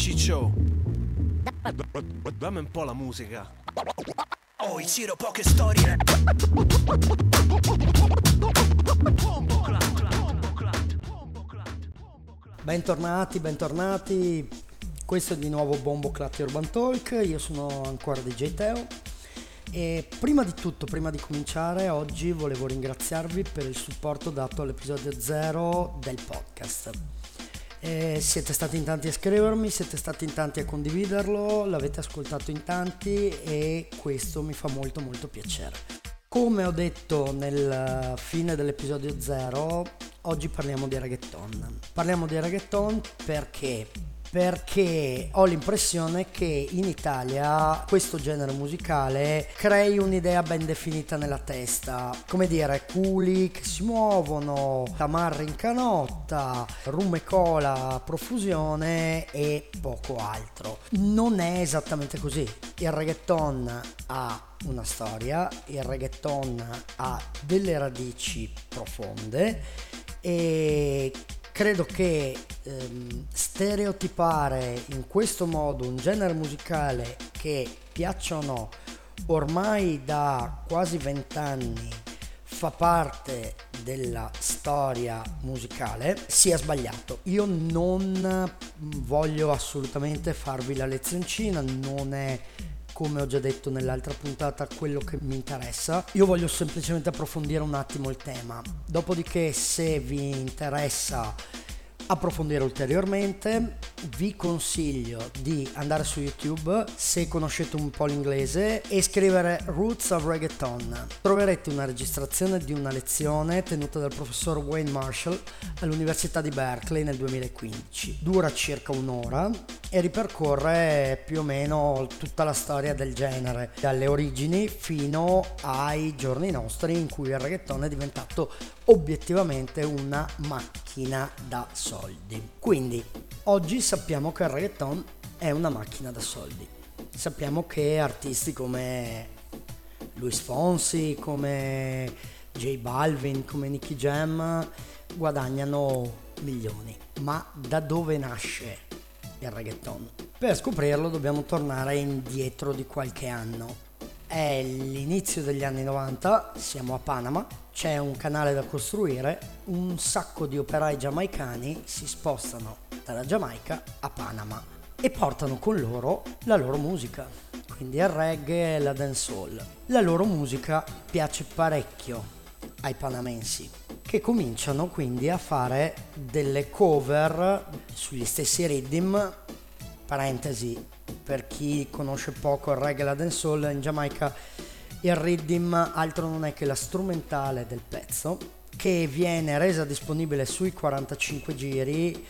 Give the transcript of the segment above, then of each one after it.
Ciccio, dammi un po' la musica. Oh, Ciro, poche storie. Bentornati. Questo è di nuovo Bomboclat Urban Talk. Io sono ancora DJ Teo. E prima di tutto, prima di cominciare, oggi volevo ringraziarvi per il supporto dato all'episodio 0 del podcast. Siete stati in tanti a scrivermi, siete stati in tanti a condividerlo, l'avete ascoltato in tanti e questo mi fa molto molto piacere. Come ho detto nel fine dell'episodio 0, oggi parliamo di reggaeton. Parliamo di reggaeton perché ho l'impressione che in Italia questo genere musicale crei un'idea ben definita nella testa, come dire, culi che si muovono, tamarri in canotta, rum e cola a profusione e poco altro. Non è esattamente così. Il reggaeton ha una storia, il reggaeton ha delle radici profonde e credo che stereotipare in questo modo un genere musicale che, piaccia o no, ormai da quasi 20 anni fa parte della storia musicale sia sbagliato. Io non voglio assolutamente farvi la lezioncina, non è, come ho già detto nell'altra puntata, quello che mi interessa. Io voglio semplicemente approfondire un attimo il tema. Dopodiché, se vi interessa approfondire ulteriormente, vi consiglio di andare su YouTube, se conoscete un po' l'inglese, e scrivere Roots of Reggaeton. Troverete una registrazione di una lezione tenuta dal professor Wayne Marshall all'Università di Berkeley nel 2015. Dura circa un'ora e ripercorre più o meno tutta la storia del genere, dalle origini fino ai giorni nostri, in cui il reggaeton è diventato obiettivamente una macchina da soldi. Quindi oggi sappiamo che il reggaeton è una macchina da soldi. Sappiamo che artisti come Luis Fonsi, come J Balvin, come Nicky Jam guadagnano milioni. Ma da dove nasce il reggaeton? Per scoprirlo dobbiamo tornare indietro di qualche anno. È l'inizio degli anni 90, siamo a Panama, c'è un canale da costruire, un sacco di operai giamaicani si spostano dalla Giamaica a Panama e portano con loro la loro musica, quindi il reggae e la dancehall. La loro musica piace parecchio ai panamensi, che cominciano quindi a fare delle cover sugli stessi rhythm. Parentesi, per chi conosce poco il reggae e la dancehall, in Giamaica il rhythm altro non è che la strumentale del pezzo, che viene resa disponibile sui 45 giri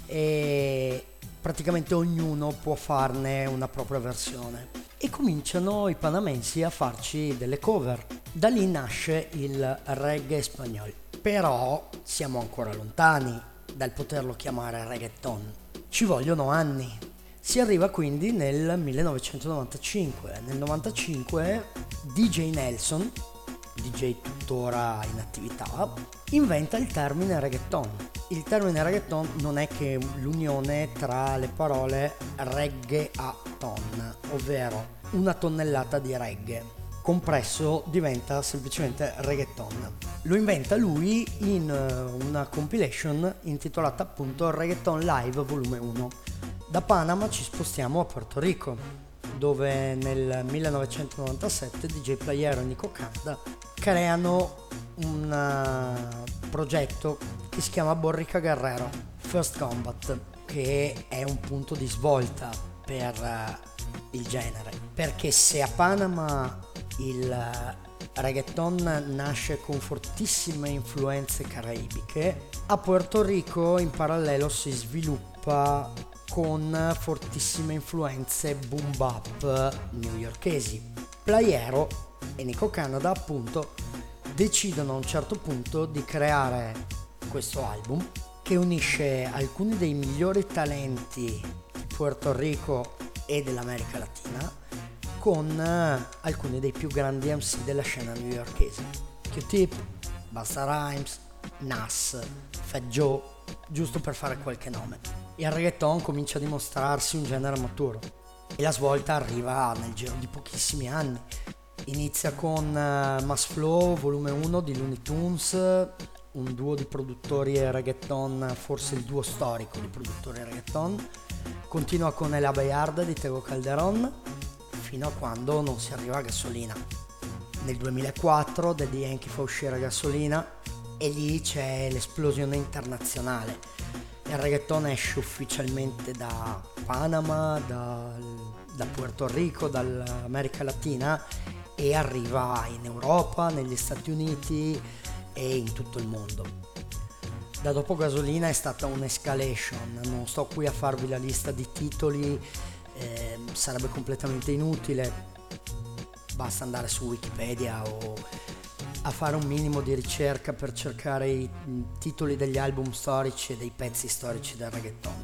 e praticamente ognuno può farne una propria versione. E cominciano i panamensi a farci delle cover. Da lì nasce il reggae spagnol. Però siamo ancora lontani dal poterlo chiamare reggaeton. Ci vogliono anni. Si arriva quindi nel 1995. Nel 95 DJ Nelson, DJ tuttora in attività, inventa il termine reggaeton. Il termine reggaeton non è che l'unione tra le parole reggaeton, ovvero una tonnellata di reggae. Compresso diventa semplicemente reggaeton. Lo inventa lui in una compilation intitolata appunto Reggaeton Live Volume 1. Da Panama ci spostiamo a Porto Rico, dove nel 1997 DJ Playero e Nico Canada creano un progetto che si chiama Borrica Guerrero First Combat, che è un punto di svolta per il genere, perché se a Panama il reggaeton nasce con fortissime influenze caraibiche, a Puerto Rico in parallelo si sviluppa con fortissime influenze boom bap newyorkesi. Playero e Nico Canada appunto decidono a un certo punto di creare questo album che unisce alcuni dei migliori talenti di Puerto Rico e dell'America Latina con alcuni dei più grandi MC della scena newyorkese: Q-Tip, Busta Rhymes, Nas, Fat Joe, giusto per fare qualche nome. il reggaeton comincia a dimostrarsi un genere maturo e la svolta arriva nel giro di pochissimi anni. Inizia con Mass Flow volume 1 di Looney Tunes, un duo di produttori reggaeton, forse il duo storico di produttori reggaeton. Continua con El Bayard di Tego Calderon, fino a quando non si arriva a Gasolina. Nel 2004 Daddy Yankee fa uscire Gasolina e lì c'è l'esplosione internazionale. Il reggaeton esce ufficialmente da Panama, da Puerto Rico, dall'America Latina e arriva in Europa, negli Stati Uniti e in tutto il mondo. Da dopo Gasolina è stata un'escalation, non sto qui a farvi la lista di titoli, sarebbe completamente inutile, basta andare su Wikipedia o a fare un minimo di ricerca per cercare i titoli degli album storici e dei pezzi storici del reggaeton.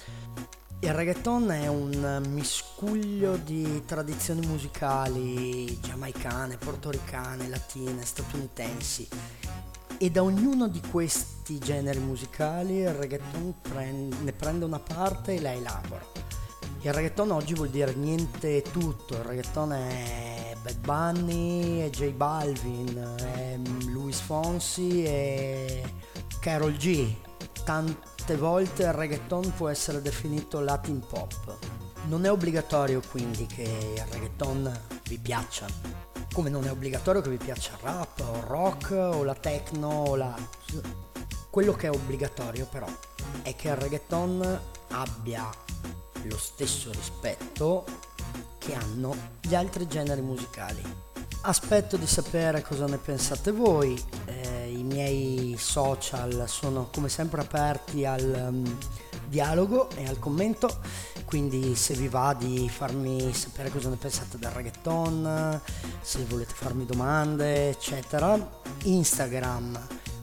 Il reggaeton è un miscuglio di tradizioni musicali giamaicane, portoricane, latine, statunitensi, e da ognuno di questi generi musicali il reggaeton ne prende una parte e la elabora. Il reggaeton oggi vuol dire niente e tutto, il reggaeton è Bad Bunny, è J Balvin, è Luis Fonsi e Karol G. Tante volte il reggaeton può essere definito Latin pop. Non è obbligatorio quindi che il reggaeton vi piaccia, come non è obbligatorio che vi piaccia il rap o il rock o la techno o la... Quello che è obbligatorio però è che il reggaeton abbia lo stesso rispetto che hanno gli altri generi musicali. Aspetto di sapere cosa ne pensate voi, i miei social sono come sempre aperti al dialogo e al commento, quindi se vi va di farmi sapere cosa ne pensate del reggaeton, se volete farmi domande eccetera, Instagram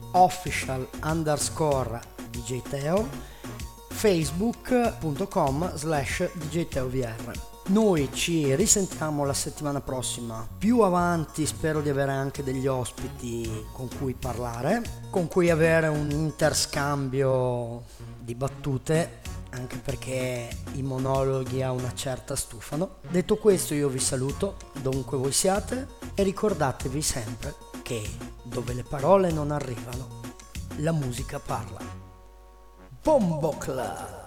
official_DJTeo, facebook.com/DJTeoVR. Noi ci risentiamo la settimana prossima, più avanti spero di avere anche degli ospiti con cui parlare, con cui avere un interscambio di battute, anche perché i monologhi a una certa stufano. Detto questo io vi saluto, dovunque voi siate, e ricordatevi sempre che dove le parole non arrivano, la musica parla. Bombo Club!